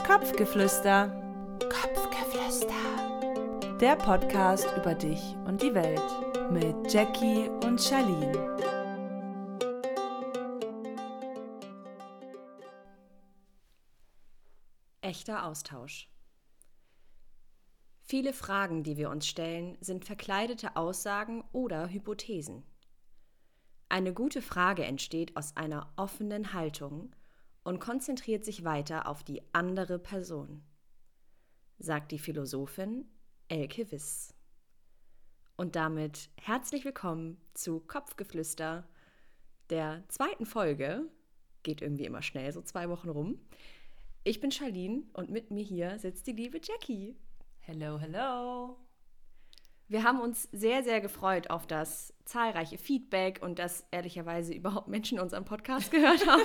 Kopfgeflüster. Kopfgeflüster. Der Podcast über dich und die Welt mit Jackie und Charlene. Echter Austausch. Viele Fragen, die wir uns stellen, sind verkleidete Aussagen oder Hypothesen. Eine gute Frage entsteht aus einer offenen Haltung und konzentriert sich weiter auf die andere Person, sagt die Philosophin Elke Wiss. Und damit herzlich willkommen zu Kopfgeflüster, der zweiten Folge. Geht irgendwie immer schnell, so 2 Wochen rum. Ich bin Charlene und mit mir hier sitzt die liebe Jackie. Hello, hello. Wir haben uns sehr, sehr gefreut auf das zahlreiche Feedback und dass ehrlicherweise überhaupt Menschen unseren Podcast gehört haben.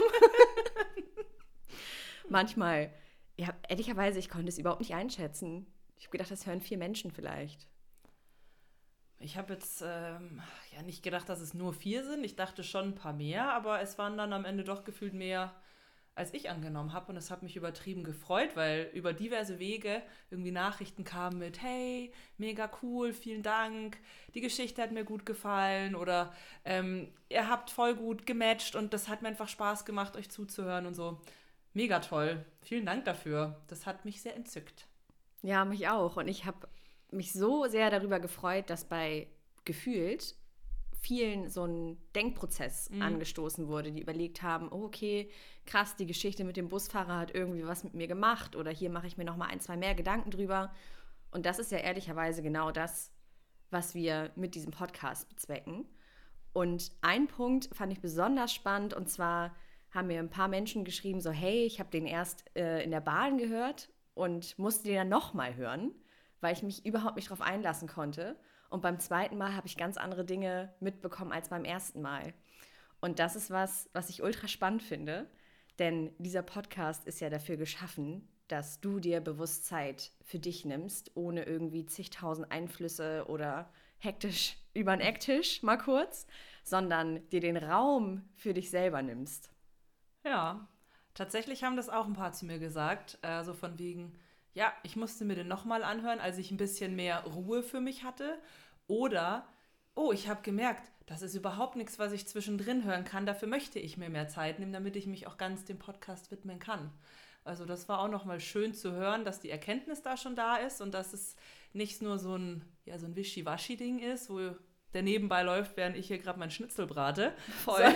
Manchmal, ja, ehrlicherweise, ich konnte es überhaupt nicht einschätzen. Ich habe gedacht, das hören 4 Menschen vielleicht. Ich habe jetzt nicht gedacht, dass es nur 4 sind. Ich dachte schon ein paar mehr, aber es waren dann am Ende doch gefühlt mehr, als ich angenommen habe. Und es hat mich übertrieben gefreut, weil über diverse Wege irgendwie Nachrichten kamen mit: hey, mega cool, vielen Dank, die Geschichte hat mir gut gefallen oder ihr habt voll gut gematcht und das hat mir einfach Spaß gemacht, euch zuzuhören und so. Mega toll. Vielen Dank dafür. Das hat mich sehr entzückt. Ja, mich auch. Und ich habe mich so sehr darüber gefreut, dass bei gefühlt vielen so ein Denkprozess angestoßen wurde, die überlegt haben, oh, okay, krass, die Geschichte mit dem Busfahrer hat irgendwie was mit mir gemacht oder hier mache ich mir noch mal 1, 2 mehr Gedanken drüber. Und das ist ja ehrlicherweise genau das, was wir mit diesem Podcast bezwecken. Und ein Punkt fand ich besonders spannend, und zwar haben mir ein paar Menschen geschrieben, so hey, ich habe den erst in der Bahn gehört und musste den dann nochmal hören, weil ich mich überhaupt nicht drauf einlassen konnte. Und beim zweiten Mal habe ich ganz andere Dinge mitbekommen als beim ersten Mal. Und das ist was ich ultra spannend finde, denn dieser Podcast ist ja dafür geschaffen, dass du dir bewusst Zeit für dich nimmst, ohne irgendwie zigtausend Einflüsse oder hektisch über den Ecktisch, mal kurz, sondern dir den Raum für dich selber nimmst. Ja, tatsächlich haben das auch ein paar zu mir gesagt, so von wegen, ja, ich musste mir den nochmal anhören, als ich ein bisschen mehr Ruhe für mich hatte. Oder, oh, ich habe gemerkt, das ist überhaupt nichts, was ich zwischendrin hören kann. Dafür möchte ich mir mehr Zeit nehmen, damit ich mich auch ganz dem Podcast widmen kann. Also das war auch nochmal schön zu hören, dass die Erkenntnis da schon da ist und dass es nicht nur so ein Wischiwaschi-Ding ist, wo der nebenbei läuft, während ich hier gerade mein Schnitzel brate. Voll.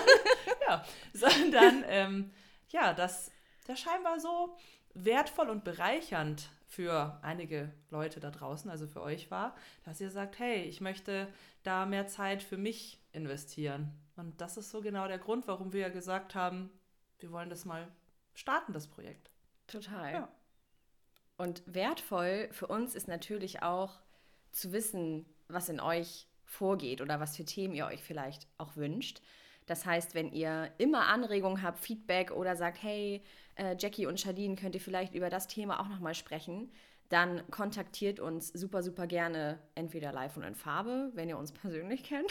Sondern dass der scheinbar so wertvoll und bereichernd für einige Leute da draußen, also für euch war, dass ihr sagt, hey, ich möchte da mehr Zeit für mich investieren. Und das ist so genau der Grund, warum wir ja gesagt haben, wir wollen das mal starten, das Projekt. Total. Ja. Und wertvoll für uns ist natürlich auch zu wissen, was in euch vorgeht oder was für Themen ihr euch vielleicht auch wünscht. Das heißt, wenn ihr immer Anregungen habt, Feedback oder sagt, hey, Jackie und Charlene, könnt ihr vielleicht über das Thema auch nochmal sprechen, dann kontaktiert uns super, super gerne entweder live und in Farbe, wenn ihr uns persönlich kennt,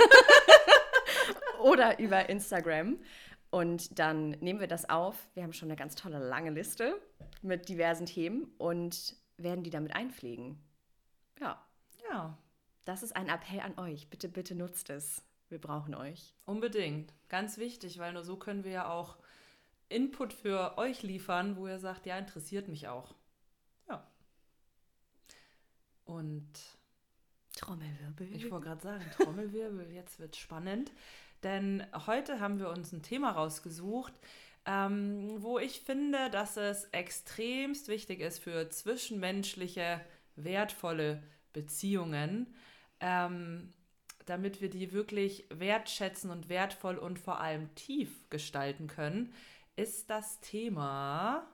oder über Instagram. Und dann nehmen wir das auf. Wir haben schon eine ganz tolle lange Liste mit diversen Themen und werden die damit einpflegen. Ja. Ja. Das ist ein Appell an euch. Bitte, bitte nutzt es. Wir brauchen euch. Unbedingt. Ganz wichtig, weil nur so können wir ja auch Input für euch liefern, wo ihr sagt, ja, interessiert mich auch. Ja. Und Trommelwirbel. ich wollte gerade sagen, Trommelwirbel, jetzt wird's spannend. Denn heute haben wir uns ein Thema rausgesucht, wo ich finde, dass es extremst wichtig ist für zwischenmenschliche, wertvolle Beziehungen, damit wir die wirklich wertschätzen und wertvoll und vor allem tief gestalten können, ist das Thema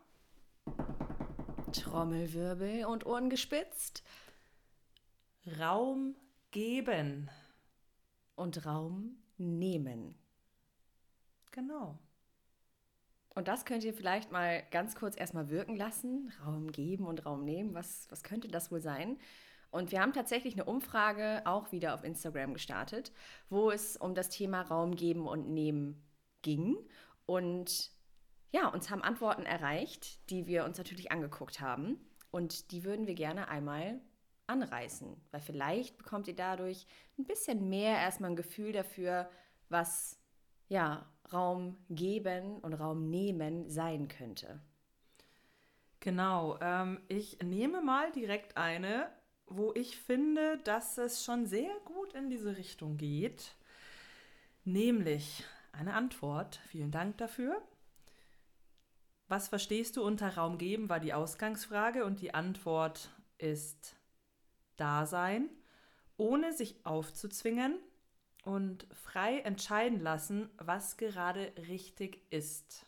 Trommelwirbel und Ohren gespitzt. Raum geben. Und Raum nehmen. Genau. Und das könnt ihr vielleicht mal ganz kurz erstmal wirken lassen. Raum geben und Raum nehmen. Was könnte das wohl sein? Und wir haben tatsächlich eine Umfrage auch wieder auf Instagram gestartet, wo es um das Thema Raum geben und nehmen ging. Und ja, uns haben Antworten erreicht, die wir uns natürlich angeguckt haben. Und die würden wir gerne einmal anreißen. Weil vielleicht bekommt ihr dadurch ein bisschen mehr erstmal ein Gefühl dafür, was ja, Raum geben und Raum nehmen sein könnte. Genau, ich nehme mal direkt eine, wo ich finde, dass es schon sehr gut in diese Richtung geht. Nämlich eine Antwort. Vielen Dank dafür. Was verstehst du unter Raum geben, war die Ausgangsfrage und die Antwort ist Dasein, ohne sich aufzuzwingen und frei entscheiden lassen, was gerade richtig ist.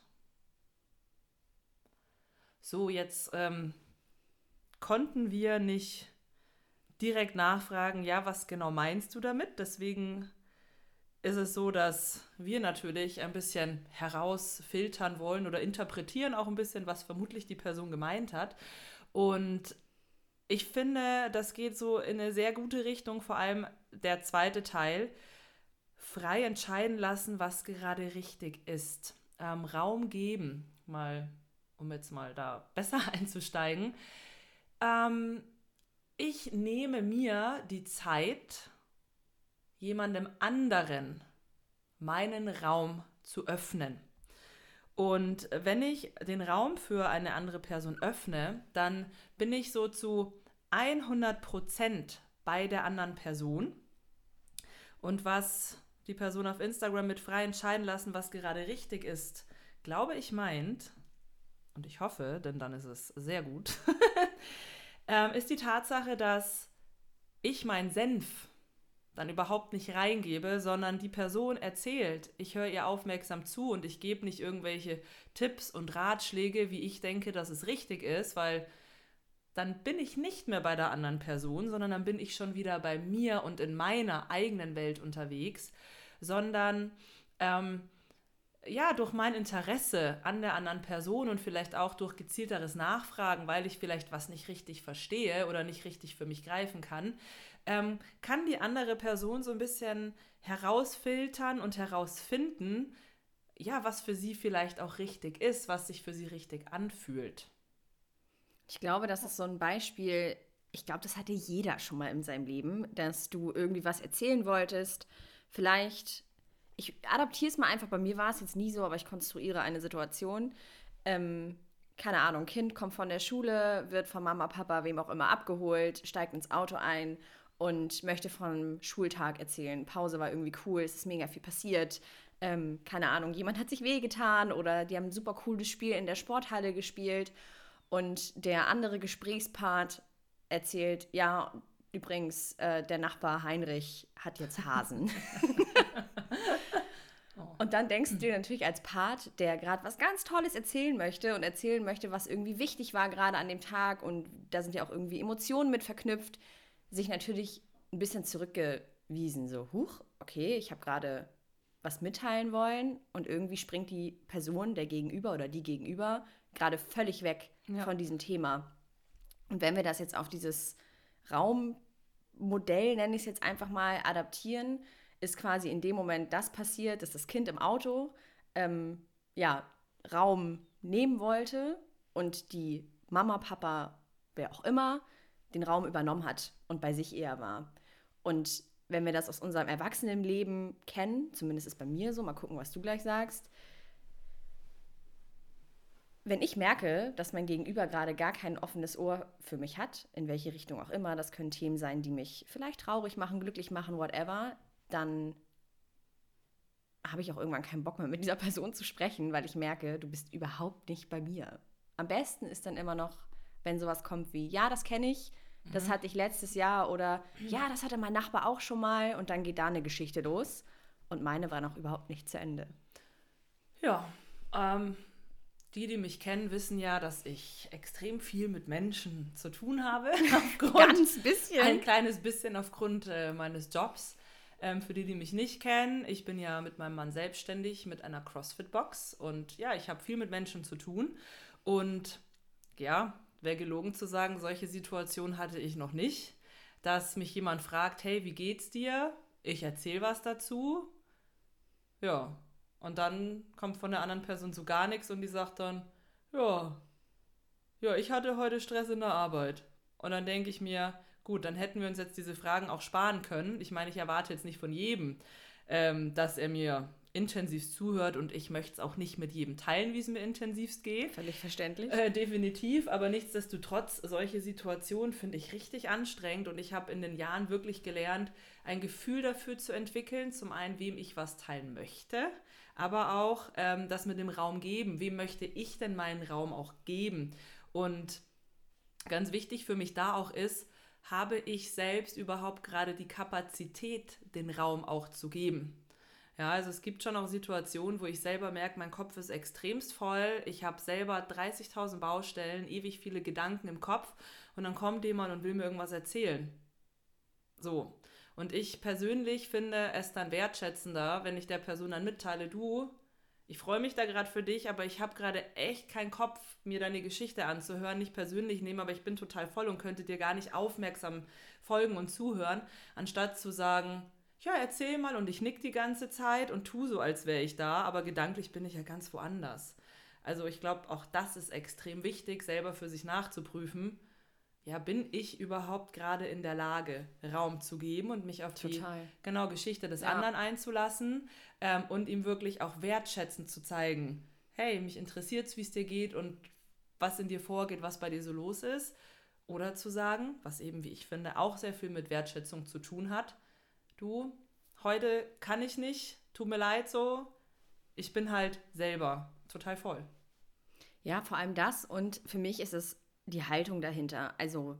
So, jetzt konnten wir nicht direkt nachfragen, ja, was genau meinst du damit? Deswegen ist es so, dass wir natürlich ein bisschen herausfiltern wollen oder interpretieren auch ein bisschen, was vermutlich die Person gemeint hat. Und ich finde, das geht so in eine sehr gute Richtung, vor allem der zweite Teil. Frei entscheiden lassen, was gerade richtig ist. Raum geben, um jetzt mal da besser einzusteigen. Ich nehme mir die Zeit, jemandem anderen meinen Raum zu öffnen. Und wenn ich den Raum für eine andere Person öffne, dann bin ich so zu 100% bei der anderen Person. Und was die Person auf Instagram mit frei entscheiden lassen, was gerade richtig ist, glaube ich meint, und ich hoffe, denn dann ist es sehr gut, ist die Tatsache, dass ich meinen Senf dann überhaupt nicht reingebe, sondern die Person erzählt. Ich höre ihr aufmerksam zu und ich gebe nicht irgendwelche Tipps und Ratschläge, wie ich denke, dass es richtig ist, weil dann bin ich nicht mehr bei der anderen Person, sondern dann bin ich schon wieder bei mir und in meiner eigenen Welt unterwegs, sondern durch mein Interesse an der anderen Person und vielleicht auch durch gezielteres Nachfragen, weil ich vielleicht was nicht richtig verstehe oder nicht richtig für mich greifen kann, kann die andere Person so ein bisschen herausfiltern und herausfinden, ja, was für sie vielleicht auch richtig ist, was sich für sie richtig anfühlt. Ich glaube, das ist so ein Beispiel, ich glaube, das hatte jeder schon mal in seinem Leben, dass du irgendwie was erzählen wolltest. Vielleicht, ich adaptiere es mal einfach, bei mir war es jetzt nie so, aber ich konstruiere eine Situation. Keine Ahnung, Kind kommt von der Schule, wird von Mama, Papa, wem auch immer abgeholt, steigt ins Auto ein und möchte vom Schultag erzählen. Pause war irgendwie cool, es ist mega viel passiert. Keine Ahnung, jemand hat sich wehgetan oder die haben ein super cooles Spiel in der Sporthalle gespielt. Und der andere Gesprächspart erzählt, ja, übrigens, der Nachbar Heinrich hat jetzt Hasen. Und dann denkst du dir natürlich als Part, der gerade was ganz Tolles erzählen möchte und erzählen möchte, was irgendwie wichtig war gerade an dem Tag und da sind ja auch irgendwie Emotionen mit verknüpft, sich natürlich ein bisschen zurückgewiesen. So, huch, okay, ich habe gerade was mitteilen wollen und irgendwie springt die Person, der Gegenüber oder die Gegenüber, gerade völlig weg von diesem Thema. Und wenn wir das jetzt auf dieses Raummodell, nenne ich es jetzt einfach mal, adaptieren, ist quasi in dem Moment das passiert, dass das Kind im Auto Raum nehmen wollte und die Mama, Papa, wer auch immer, den Raum übernommen hat und bei sich eher war. Und wenn wir das aus unserem Erwachsenenleben kennen, zumindest ist bei mir so, mal gucken, was du gleich sagst, wenn ich merke, dass mein Gegenüber gerade gar kein offenes Ohr für mich hat, in welche Richtung auch immer, das können Themen sein, die mich vielleicht traurig machen, glücklich machen, whatever, dann habe ich auch irgendwann keinen Bock mehr mit dieser Person zu sprechen, weil ich merke, du bist überhaupt nicht bei mir. Am besten ist dann immer noch, wenn sowas kommt wie, ja, das kenne ich, das hatte ich letztes Jahr oder ja, das hatte mein Nachbar auch schon mal und dann geht da eine Geschichte los und meine war noch überhaupt nicht zu Ende. Ja, die mich kennen, wissen ja, dass ich extrem viel mit Menschen zu tun habe. Ganz bisschen. Ein kleines bisschen aufgrund meines Jobs. Für die mich nicht kennen, ich bin ja mit meinem Mann selbstständig mit einer CrossFit-Box und ja, ich habe viel mit Menschen zu tun und ja, wäre gelogen zu sagen, solche Situationen hatte ich noch nicht, dass mich jemand fragt, hey, wie geht's dir? Ich erzähle was dazu. Ja, Und dann kommt von der anderen Person so gar nichts und die sagt dann, ja, ich hatte heute Stress in der Arbeit. Und dann denke ich mir, gut, dann hätten wir uns jetzt diese Fragen auch sparen können. Ich meine, ich erwarte jetzt nicht von jedem, dass er mir intensivst zuhört und ich möchte es auch nicht mit jedem teilen, wie es mir intensivst geht. Völlig verständlich. Definitiv, aber nichtsdestotrotz, solche Situationen finde ich richtig anstrengend und ich habe in den Jahren wirklich gelernt, ein Gefühl dafür zu entwickeln, zum einen, wem ich was teilen möchte, aber auch das mit dem Raum geben. Wem möchte ich denn meinen Raum auch geben? Und ganz wichtig für mich da auch ist, habe ich selbst überhaupt gerade die Kapazität, den Raum auch zu geben? Ja, also es gibt schon auch Situationen, wo ich selber merke, mein Kopf ist extremst voll, ich habe selber 30.000 Baustellen, ewig viele Gedanken im Kopf und dann kommt jemand und will mir irgendwas erzählen. So. Und ich persönlich finde es dann wertschätzender, wenn ich der Person dann mitteile, du, ich freue mich da gerade für dich, aber ich habe gerade echt keinen Kopf, mir deine Geschichte anzuhören, nicht persönlich nehmen, aber ich bin total voll und könnte dir gar nicht aufmerksam folgen und zuhören, anstatt zu sagen, ja, erzähl mal und ich nick die ganze Zeit und tu so, als wäre ich da, aber gedanklich bin ich ja ganz woanders. Also ich glaube, auch das ist extrem wichtig, selber für sich nachzuprüfen. Ja, bin ich überhaupt gerade in der Lage, Raum zu geben und mich auf die Geschichte des anderen einzulassen und ihm wirklich auch wertschätzend zu zeigen, hey, mich interessiert es, wie es dir geht und was in dir vorgeht, was bei dir so los ist. Oder zu sagen, was eben, wie ich finde, auch sehr viel mit Wertschätzung zu tun hat, du, heute kann ich nicht, tut mir leid so, ich bin halt selber total voll. Ja, vor allem das und für mich ist es die Haltung dahinter. Also,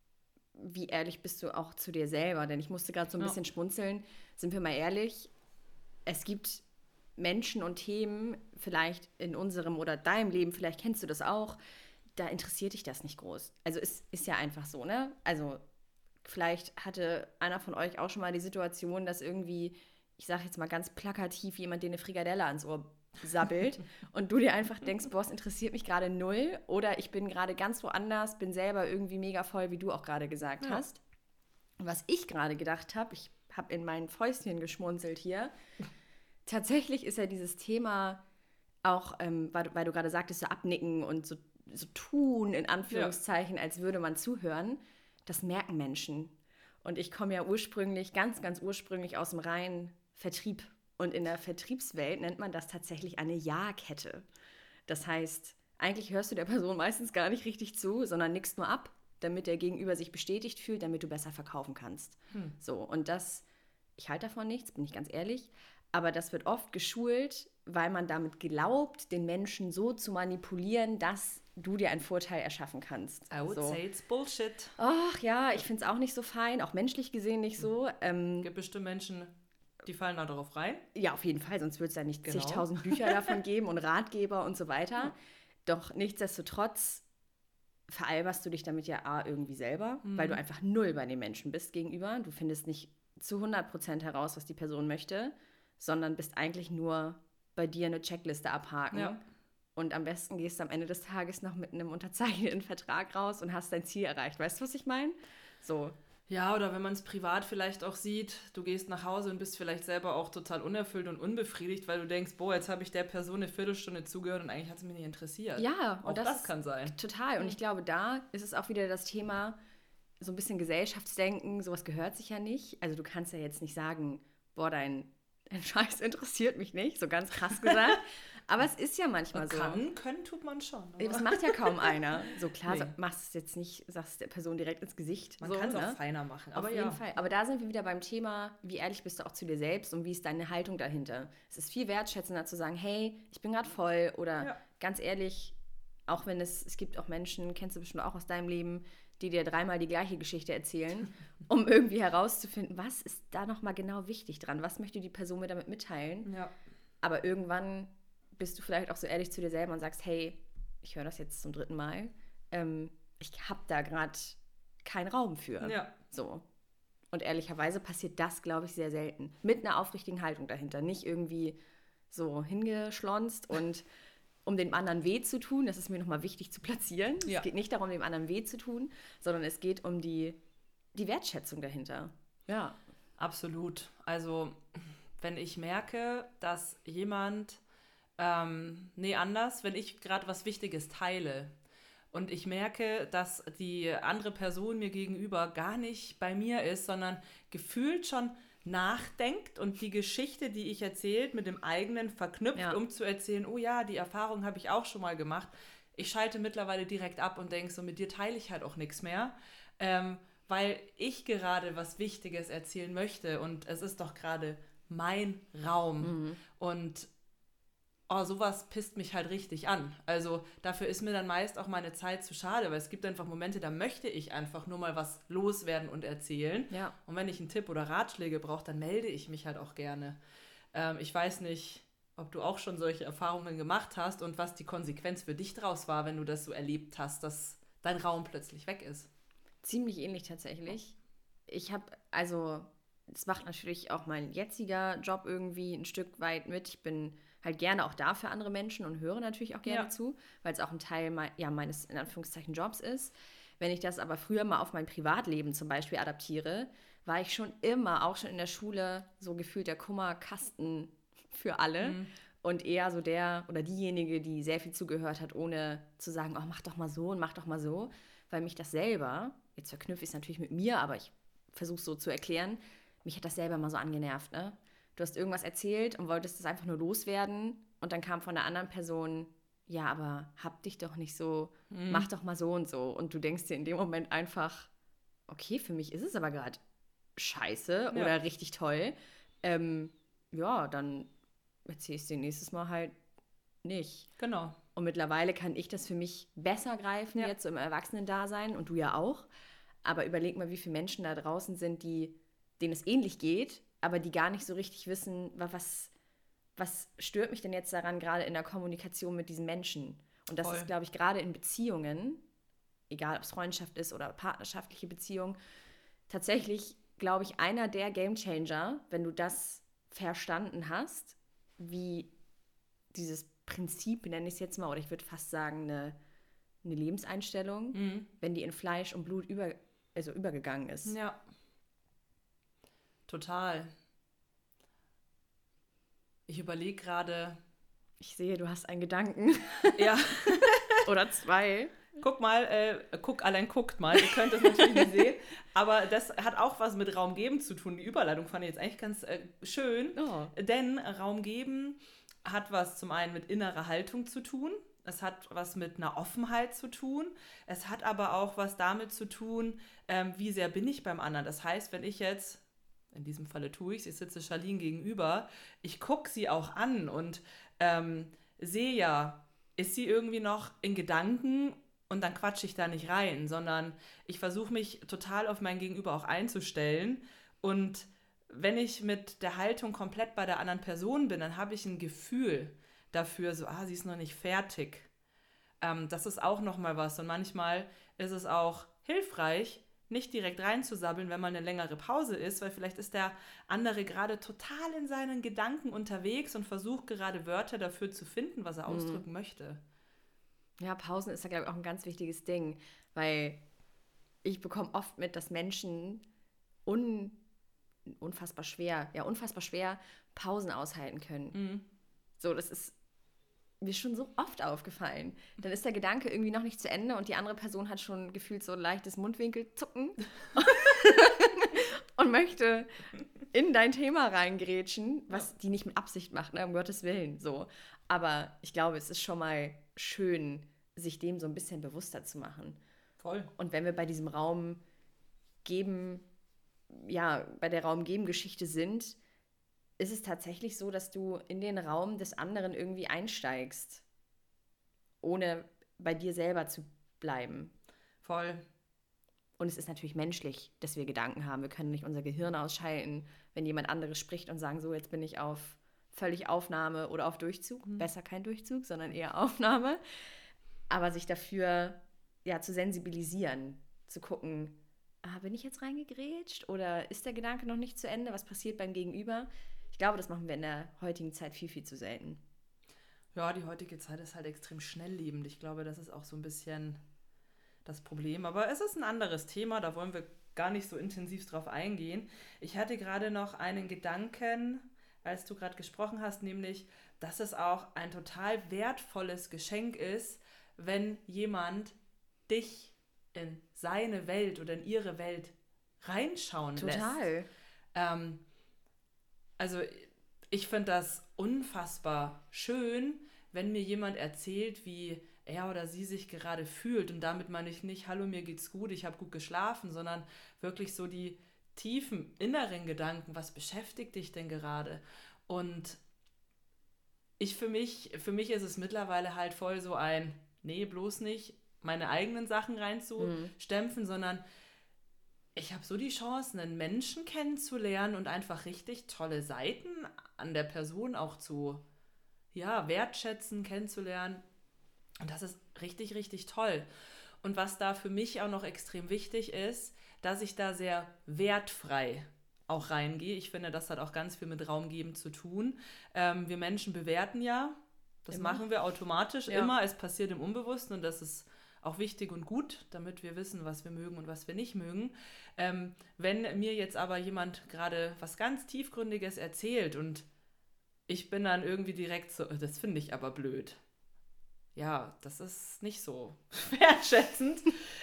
wie ehrlich bist du auch zu dir selber? Denn ich musste gerade so ein bisschen schmunzeln. Sind wir mal ehrlich, es gibt Menschen und Themen, vielleicht in unserem oder deinem Leben, vielleicht kennst du das auch, da interessiert dich das nicht groß. Also, es ist ja einfach so, ne? Also, vielleicht hatte einer von euch auch schon mal die Situation, dass irgendwie, ich sage jetzt mal ganz plakativ, jemand dir eine Frikadelle ans Ohr sabbelt und du dir einfach denkst, boah, es interessiert mich gerade null oder ich bin gerade ganz woanders, bin selber irgendwie mega voll, wie du auch gerade gesagt hast. Und was ich gerade gedacht habe, ich habe in mein Fäustchen geschmunzelt hier, tatsächlich ist ja dieses Thema auch, weil du gerade sagtest, so abnicken und so tun, in Anführungszeichen, als würde man zuhören, das merken Menschen. Und ich komme ja ursprünglich, ganz, ganz ursprünglich aus dem reinen Vertrieb. Und in der Vertriebswelt nennt man das tatsächlich eine Ja-Kette. Das heißt, eigentlich hörst du der Person meistens gar nicht richtig zu, sondern nickst nur ab, damit der Gegenüber sich bestätigt fühlt, damit du besser verkaufen kannst. So, und das, ich halte davon nichts, bin ich ganz ehrlich, aber das wird oft geschult, weil man damit glaubt, den Menschen so zu manipulieren, dass du dir einen Vorteil erschaffen kannst. I would say it's Bullshit. Ach ja, ich finde es auch nicht so fein, auch menschlich gesehen nicht so. Gibt bestimmt Menschen, die fallen da darauf rein. Ja, auf jeden Fall, sonst würde es ja nicht zigtausend Bücher davon geben und Ratgeber und so weiter. Ja. Doch nichtsdestotrotz veralberst du dich damit ja irgendwie selber, weil du einfach null bei den Menschen bist gegenüber. Du findest nicht zu 100% heraus, was die Person möchte, sondern bist eigentlich nur bei dir eine Checkliste abhaken. Ja. Und am besten gehst du am Ende des Tages noch mit einem unterzeichneten Vertrag raus und hast dein Ziel erreicht. Weißt du, was ich meine? So. Ja, oder wenn man es privat vielleicht auch sieht, du gehst nach Hause und bist vielleicht selber auch total unerfüllt und unbefriedigt, weil du denkst, boah, jetzt habe ich der Person eine Viertelstunde zugehört und eigentlich hat es mich nicht interessiert. Ja, und das kann sein. Total. Und ich glaube, da ist es auch wieder das Thema, so ein bisschen Gesellschaftsdenken, sowas gehört sich ja nicht. Also du kannst ja jetzt nicht sagen, boah, dein Scheiß interessiert mich nicht, so ganz krass gesagt. Aber es ist ja manchmal so. Können tut man schon. Das macht ja kaum einer. So klar, machst du es jetzt nicht, sagst es der Person direkt ins Gesicht. Man kann es auch feiner machen. Auf jeden Fall. Aber da sind wir wieder beim Thema, wie ehrlich bist du auch zu dir selbst und wie ist deine Haltung dahinter. Es ist viel wertschätzender zu sagen, hey, ich bin gerade voll oder ganz ehrlich, auch wenn es gibt auch Menschen, kennst du bestimmt auch aus deinem Leben, die dir 3-mal die gleiche Geschichte erzählen, um irgendwie herauszufinden, was ist da nochmal genau wichtig dran? Was möchte die Person mir damit mitteilen? Ja. Aber irgendwann bist du vielleicht auch so ehrlich zu dir selber und sagst, hey, ich höre das jetzt zum 3. Mal, ich habe da gerade keinen Raum für. Ja. So. Und ehrlicherweise passiert das, glaube ich, sehr selten. Mit einer aufrichtigen Haltung dahinter. Nicht irgendwie so hingeschlonzt und um dem anderen weh zu tun, das ist mir nochmal wichtig zu platzieren. Ja. Es geht nicht darum, dem anderen weh zu tun, sondern es geht um die Wertschätzung dahinter. Ja. Absolut. Also wenn ich merke, dass jemand, wenn ich gerade was Wichtiges teile und ich merke, dass die andere Person mir gegenüber gar nicht bei mir ist, sondern gefühlt schon nachdenkt und die Geschichte, die ich erzählt, mit dem eigenen verknüpft, um zu erzählen, oh ja, die Erfahrung habe ich auch schon mal gemacht. Ich schalte mittlerweile direkt ab und denke so, mit dir teile ich halt auch nichts mehr, weil ich gerade was Wichtiges erzählen möchte und es ist doch gerade mein Raum. Und sowas pisst mich halt richtig an. Also dafür ist mir dann meist auch meine Zeit zu schade, weil es gibt einfach Momente, da möchte ich einfach nur mal was loswerden und erzählen. Ja. Und wenn ich einen Tipp oder Ratschläge brauche, dann melde ich mich halt auch gerne. Ich weiß nicht, ob du auch schon solche Erfahrungen gemacht hast und was die Konsequenz für dich draus war, wenn du das so erlebt hast, dass dein Raum plötzlich weg ist. Ziemlich ähnlich tatsächlich. Das macht natürlich auch mein jetziger Job irgendwie ein Stück weit mit. Ich bin halt gerne auch da für andere Menschen und höre natürlich auch gerne zu, weil es auch ein Teil meines, in Anführungszeichen, Jobs ist. Wenn ich das aber früher mal auf mein Privatleben zum Beispiel adaptiere, war ich schon immer, auch schon in der Schule, so gefühlt der Kummerkasten für alle und eher so der oder diejenige, die sehr viel zugehört hat, ohne zu sagen, oh, mach doch mal so und mach doch mal so, weil mich das selber, jetzt verknüpfe ich es natürlich mit mir, aber ich versuche es so zu erklären, mich hat das selber mal so angenervt, ne? Du hast irgendwas erzählt und wolltest es einfach nur loswerden und dann kam von der anderen Person, ja, aber hab dich doch nicht so, mach doch mal so und so. Und du denkst dir in dem Moment einfach, okay, für mich ist es aber gerade scheiße oder richtig toll. Dann erzähle ich es dir nächstes Mal halt nicht. Genau. Und mittlerweile kann ich das für mich besser greifen, jetzt so im Erwachsenen-Dasein und du ja auch. Aber überleg mal, wie viele Menschen da draußen sind, denen es ähnlich geht, aber die gar nicht so richtig wissen, was stört mich denn jetzt daran, gerade in der Kommunikation mit diesen Menschen. Und das ist, glaube ich, gerade in Beziehungen, egal ob es Freundschaft ist oder partnerschaftliche Beziehung, tatsächlich, glaube ich, einer der Gamechanger, wenn du das verstanden hast, wie dieses Prinzip, nenne ich es jetzt mal, oder ich würde fast sagen, eine Lebenseinstellung, wenn die in Fleisch und Blut übergegangen ist. Ja. Total. Ich überlege gerade. Ich sehe, du hast einen Gedanken. Ja. Oder zwei. Guckt mal, guckt mal, ihr könnt das natürlich nicht sehen, aber das hat auch was mit Raum geben zu tun. Die Überleitung fand ich jetzt eigentlich ganz schön, denn Raum geben hat was zum einen mit innerer Haltung zu tun, es hat was mit einer Offenheit zu tun, es hat aber auch was damit zu tun, wie sehr bin ich beim anderen. Das heißt, wenn ich jetzt, in diesem Falle tue ich sitze Charlene gegenüber, ich gucke sie auch an und sehe ja, ist sie irgendwie noch in Gedanken und dann quatsche ich da nicht rein, sondern ich versuche mich total auf mein Gegenüber auch einzustellen und wenn ich mit der Haltung komplett bei der anderen Person bin, dann habe ich ein Gefühl dafür, so, sie ist noch nicht fertig. Das ist auch nochmal was und manchmal ist es auch hilfreich, nicht direkt reinzusabbeln, wenn mal eine längere Pause ist, weil vielleicht ist der andere gerade total in seinen Gedanken unterwegs und versucht gerade Wörter dafür zu finden, was er ausdrücken möchte. Ja, Pausen ist ja, glaube ich, auch ein ganz wichtiges Ding, weil ich bekomme oft mit, dass Menschen unfassbar schwer Pausen aushalten können. So, das ist mir schon so oft aufgefallen. Dann ist der Gedanke irgendwie noch nicht zu Ende und die andere Person hat schon gefühlt so ein leichtes Mundwinkelzucken und möchte in dein Thema reingrätschen, was die nicht mit Absicht macht, ne, um Gottes Willen. So. Aber ich glaube, es ist schon mal schön, sich dem so ein bisschen bewusster zu machen. Voll. Und wenn wir bei diesem Raum geben, bei der Raum-Geben-Geschichte sind, ist es tatsächlich so, dass du in den Raum des anderen irgendwie einsteigst, ohne bei dir selber zu bleiben. Voll. Und es ist natürlich menschlich, dass wir Gedanken haben. Wir können nicht unser Gehirn ausschalten, wenn jemand anderes spricht und sagen, so, jetzt bin ich auf völlig Aufnahme oder auf Durchzug. Besser kein Durchzug, sondern eher Aufnahme. Aber sich dafür zu sensibilisieren, zu gucken, bin ich jetzt reingegrätscht oder ist der Gedanke noch nicht zu Ende? Was passiert beim Gegenüber? Ich glaube, das machen wir in der heutigen Zeit viel, viel zu selten. Ja, die heutige Zeit ist halt extrem schnelllebend. Ich glaube, das ist auch so ein bisschen das Problem. Aber es ist ein anderes Thema, da wollen wir gar nicht so intensiv drauf eingehen. Ich hatte gerade noch einen Gedanken, als du gerade gesprochen hast, nämlich, dass es auch ein total wertvolles Geschenk ist, wenn jemand dich in seine Welt oder in ihre Welt reinschauen lässt. Total. Also ich finde das unfassbar schön, wenn mir jemand erzählt, wie er oder sie sich gerade fühlt. Und damit meine ich nicht, hallo, mir geht's gut, ich habe gut geschlafen, sondern wirklich so die tiefen inneren Gedanken, was beschäftigt dich denn gerade? Und für mich ist es mittlerweile halt voll so ein, nee, bloß nicht meine eigenen Sachen reinzustempfen, sondern ich habe so die Chance, einen Menschen kennenzulernen und einfach richtig tolle Seiten an der Person auch zu wertschätzen, kennenzulernen. Und das ist richtig, richtig toll. Und was da für mich auch noch extrem wichtig ist, dass ich da sehr wertfrei auch reingehe. Ich finde, das hat auch ganz viel mit Raum geben zu tun. Wir Menschen bewerten ja, das Immer. machen wir automatisch immer. Es passiert im Unbewussten und das ist auch wichtig und gut, damit wir wissen, was wir mögen und was wir nicht mögen. Wenn mir jetzt aber jemand gerade was ganz Tiefgründiges erzählt und ich bin dann irgendwie direkt so, das finde ich aber blöd. Ja, das ist nicht so wertschätzend,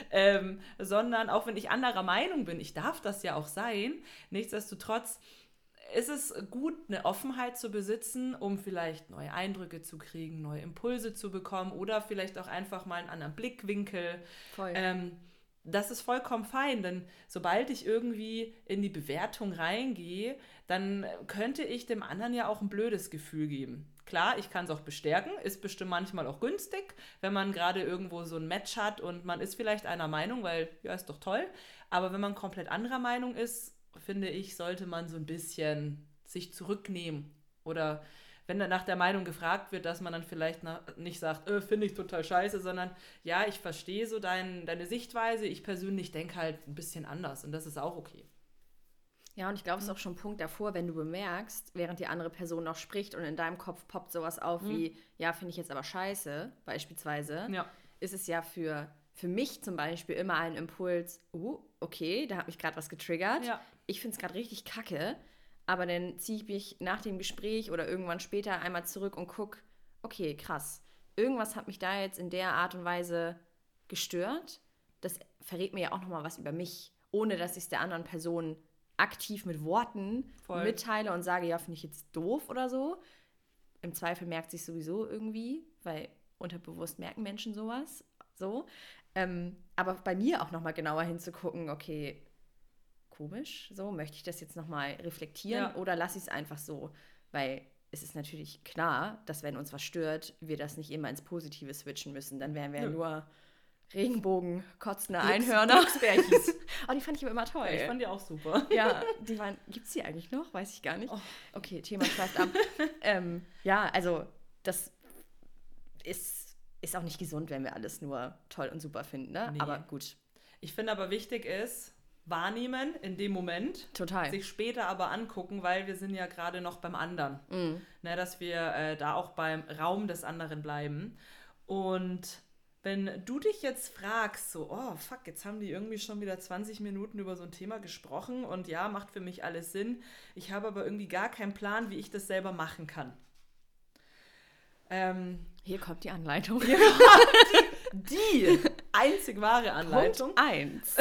sondern auch wenn ich anderer Meinung bin, ich darf das ja auch sein, nichtsdestotrotz ist es gut, eine Offenheit zu besitzen, um vielleicht neue Eindrücke zu kriegen, neue Impulse zu bekommen oder vielleicht auch einfach mal einen anderen Blickwinkel. Voll. Das ist vollkommen fein, denn sobald ich irgendwie in die Bewertung reingehe, dann könnte ich dem anderen ja auch ein blödes Gefühl geben. Klar, ich kann es auch bestärken, ist bestimmt manchmal auch günstig, wenn man gerade irgendwo so ein Match hat und man ist vielleicht einer Meinung, weil, ja, ist doch toll, aber wenn man komplett anderer Meinung ist, finde ich, sollte man so ein bisschen sich zurücknehmen oder wenn dann nach der Meinung gefragt wird, dass man dann vielleicht nicht sagt, finde ich total scheiße, sondern ja, ich verstehe so deine Sichtweise, ich persönlich denke halt ein bisschen anders und das ist auch okay. Ja, und ich glaube, es ist auch schon ein Punkt davor, wenn du bemerkst, während die andere Person noch spricht und in deinem Kopf poppt sowas auf wie, ja, finde ich jetzt aber scheiße, beispielsweise, ist es ja für mich zum Beispiel immer ein Impuls, okay, da hat mich gerade was getriggert, ich finde es gerade richtig kacke, aber dann ziehe ich mich nach dem Gespräch oder irgendwann später einmal zurück und gucke, okay, krass, irgendwas hat mich da jetzt in der Art und Weise gestört, das verrät mir ja auch nochmal was über mich, ohne dass ich es der anderen Person aktiv mit Worten mitteile und sage, ja, finde ich jetzt doof oder so. Im Zweifel merkt sich sowieso irgendwie, weil unterbewusst merken Menschen sowas. So. Aber bei mir auch nochmal genauer hinzugucken, okay, komisch, so, möchte ich das jetzt nochmal reflektieren oder lasse ich es einfach so? Weil es ist natürlich klar, dass wenn uns was stört, wir das nicht immer ins Positive switchen müssen. Dann wären wir nur Regenbogen, kotzende Einhörner. Oh, die fand ich immer toll. Ja, ich fand die auch super. Ja, gibt es die eigentlich noch? Weiß ich gar nicht. Okay, Thema schweift ab. Ja, also das ist auch nicht gesund, wenn wir alles nur toll und super finden, ne? Nee. Aber gut. Ich finde aber wichtig ist, wahrnehmen in dem Moment. Total. Sich später aber angucken, weil wir sind ja gerade noch beim anderen. Ne, dass wir da auch beim Raum des anderen bleiben. Und wenn du dich jetzt fragst, so, oh fuck, jetzt haben die irgendwie schon wieder 20 Minuten über so ein Thema gesprochen und ja, macht für mich alles Sinn. Ich habe aber irgendwie gar keinen Plan, wie ich das selber machen kann. Hier kommt die Anleitung. Die einzig wahre Anleitung. Punkt 1.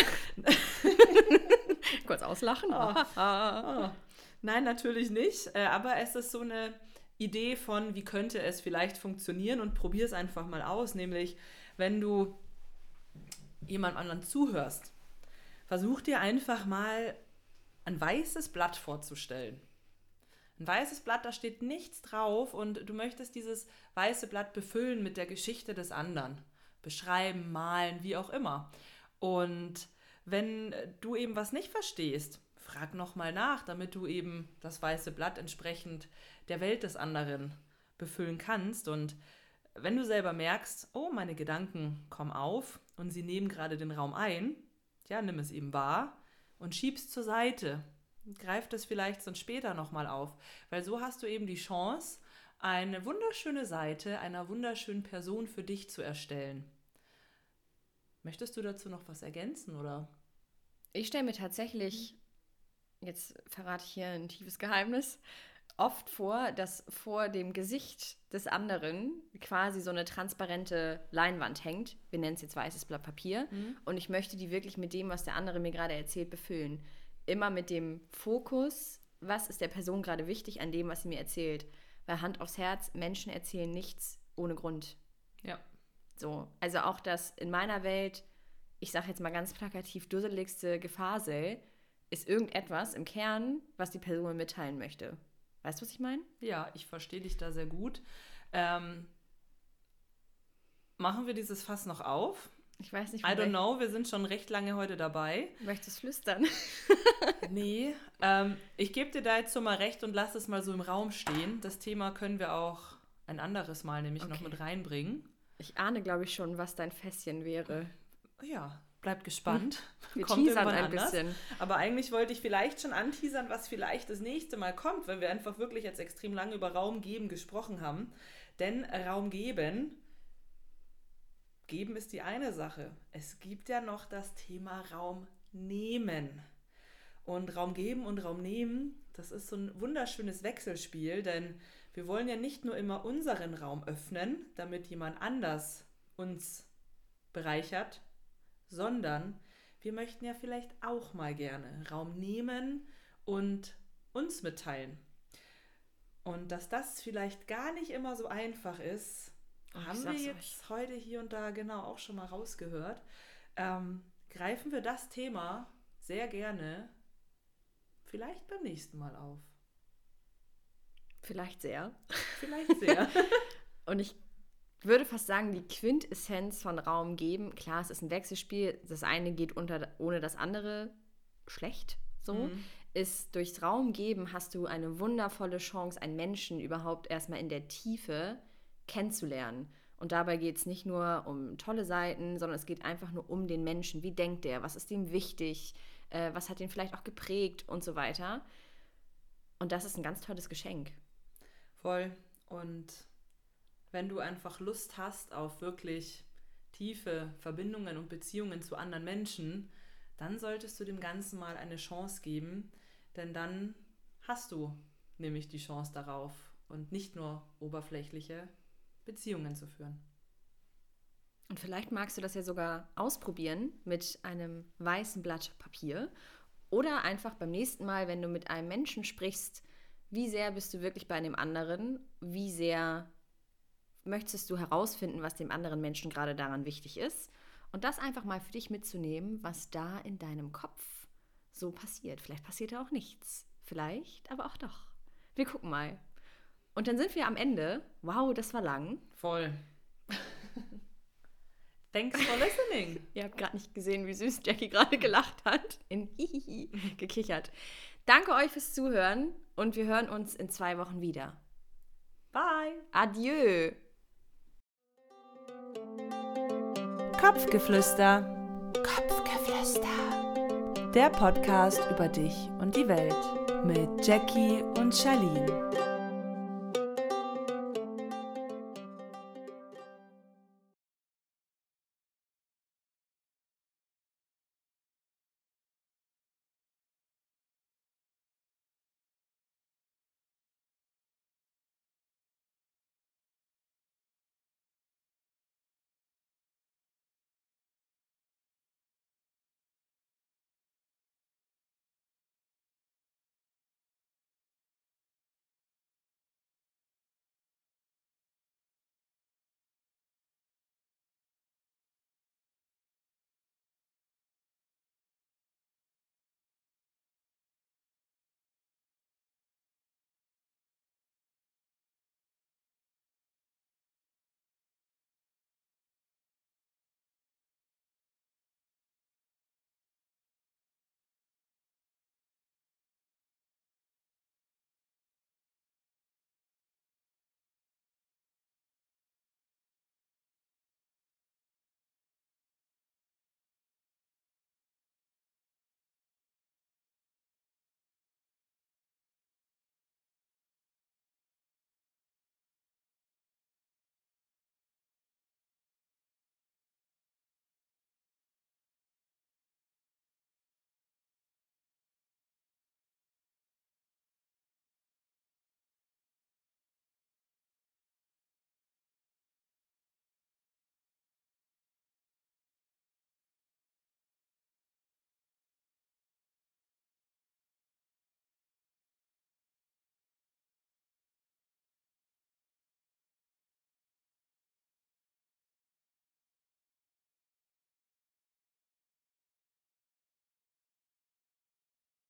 Kurz auslachen. Nein, natürlich nicht. Aber es ist so eine Idee von, wie könnte es vielleicht funktionieren und probier es einfach mal aus. Nämlich, wenn du jemand anderen zuhörst, versuch dir einfach mal ein weißes Blatt vorzustellen. Ein weißes Blatt, da steht nichts drauf und du möchtest dieses weiße Blatt befüllen mit der Geschichte des anderen. Beschreiben, malen, wie auch immer. Und wenn du eben was nicht verstehst, frag nochmal nach, damit du eben das weiße Blatt entsprechend der Welt des anderen befüllen kannst. Und wenn du selber merkst, oh, meine Gedanken kommen auf und sie nehmen gerade den Raum ein, ja, nimm es eben wahr und schieb's zur Seite. Greif das vielleicht sonst später nochmal auf. Weil so hast du eben die Chance, eine wunderschöne Seite einer wunderschönen Person für dich zu erstellen. Möchtest du dazu noch was ergänzen, oder? Ich stelle mir tatsächlich, jetzt verrate ich hier ein tiefes Geheimnis, oft vor, dass vor dem Gesicht des anderen quasi so eine transparente Leinwand hängt. Wir nennen es jetzt weißes Blatt Papier. Und ich möchte die wirklich mit dem, was der andere mir gerade erzählt, befüllen. Immer mit dem Fokus, was ist der Person gerade wichtig an dem, was sie mir erzählt. Weil Hand aufs Herz, Menschen erzählen nichts ohne Grund. Ja. So, also auch das in meiner Welt, ich sage jetzt mal ganz plakativ, dusseligste Gefasel, ist irgendetwas im Kern, was die Person mitteilen möchte. Weißt du, was ich meine? Ja, ich verstehe dich da sehr gut. Machen wir dieses Fass noch auf? Ich weiß nicht, I don't know, wir sind schon recht lange heute dabei. Möchtest du flüstern? Nee, ich gebe dir da jetzt so mal recht und lass es mal so im Raum stehen. Das Thema können wir auch ein anderes Mal nämlich noch mit reinbringen. Ich ahne, glaube ich, schon, was dein Fässchen wäre. Ja, bleibt gespannt. Wir Kommt teasern irgendwann ein anders. bisschen. Aber eigentlich wollte ich vielleicht schon anteasern, was vielleicht das nächste Mal kommt, weil wir einfach wirklich jetzt extrem lange über Raum geben gesprochen haben. Denn Raum geben ist die eine Sache. Es gibt ja noch das Thema Raum nehmen. Und Raum geben und Raum nehmen, das ist so ein wunderschönes Wechselspiel, denn wir wollen ja nicht nur immer unseren Raum öffnen, damit jemand anders uns bereichert, sondern wir möchten ja vielleicht auch mal gerne Raum nehmen und uns mitteilen. Und dass das vielleicht gar nicht immer so einfach ist, haben wir jetzt heute hier und da genau auch schon mal rausgehört. Greifen wir das Thema sehr gerne vielleicht beim nächsten Mal auf. Vielleicht sehr. Vielleicht sehr. Und ich würde fast sagen, die Quintessenz von Raum geben, klar, es ist ein Wechselspiel, das eine geht ohne das andere schlecht, so, ist durchs Raum geben hast du eine wundervolle Chance, einen Menschen überhaupt erstmal in der Tiefe kennenzulernen. Und dabei geht es nicht nur um tolle Seiten, sondern es geht einfach nur um den Menschen. Wie denkt der? Was ist ihm wichtig? Was hat ihn vielleicht auch geprägt und so weiter. Und das ist ein ganz tolles Geschenk. Voll. Und wenn du einfach Lust hast auf wirklich tiefe Verbindungen und Beziehungen zu anderen Menschen, dann solltest du dem Ganzen mal eine Chance geben, denn dann hast du nämlich die Chance darauf und nicht nur oberflächliche Beziehungen zu führen. Und vielleicht magst du das ja sogar ausprobieren mit einem weißen Blatt Papier oder einfach beim nächsten Mal, wenn du mit einem Menschen sprichst, wie sehr bist du wirklich bei dem anderen, wie sehr möchtest du herausfinden, was dem anderen Menschen gerade daran wichtig ist und das einfach mal für dich mitzunehmen, was da in deinem Kopf so passiert. Vielleicht passiert da auch nichts, vielleicht aber auch doch. Wir gucken mal. Und dann sind wir am Ende. Wow, das war lang. Voll. Thanks for listening. Ihr habt gerade nicht gesehen, wie süß Jackie gerade gelacht hat. In Hihihi gekichert. Danke euch fürs Zuhören und wir hören uns in 2 Wochen wieder. Bye. Adieu. Kopfgeflüster. Kopfgeflüster. Der Podcast über dich und die Welt mit Jackie und Charlene.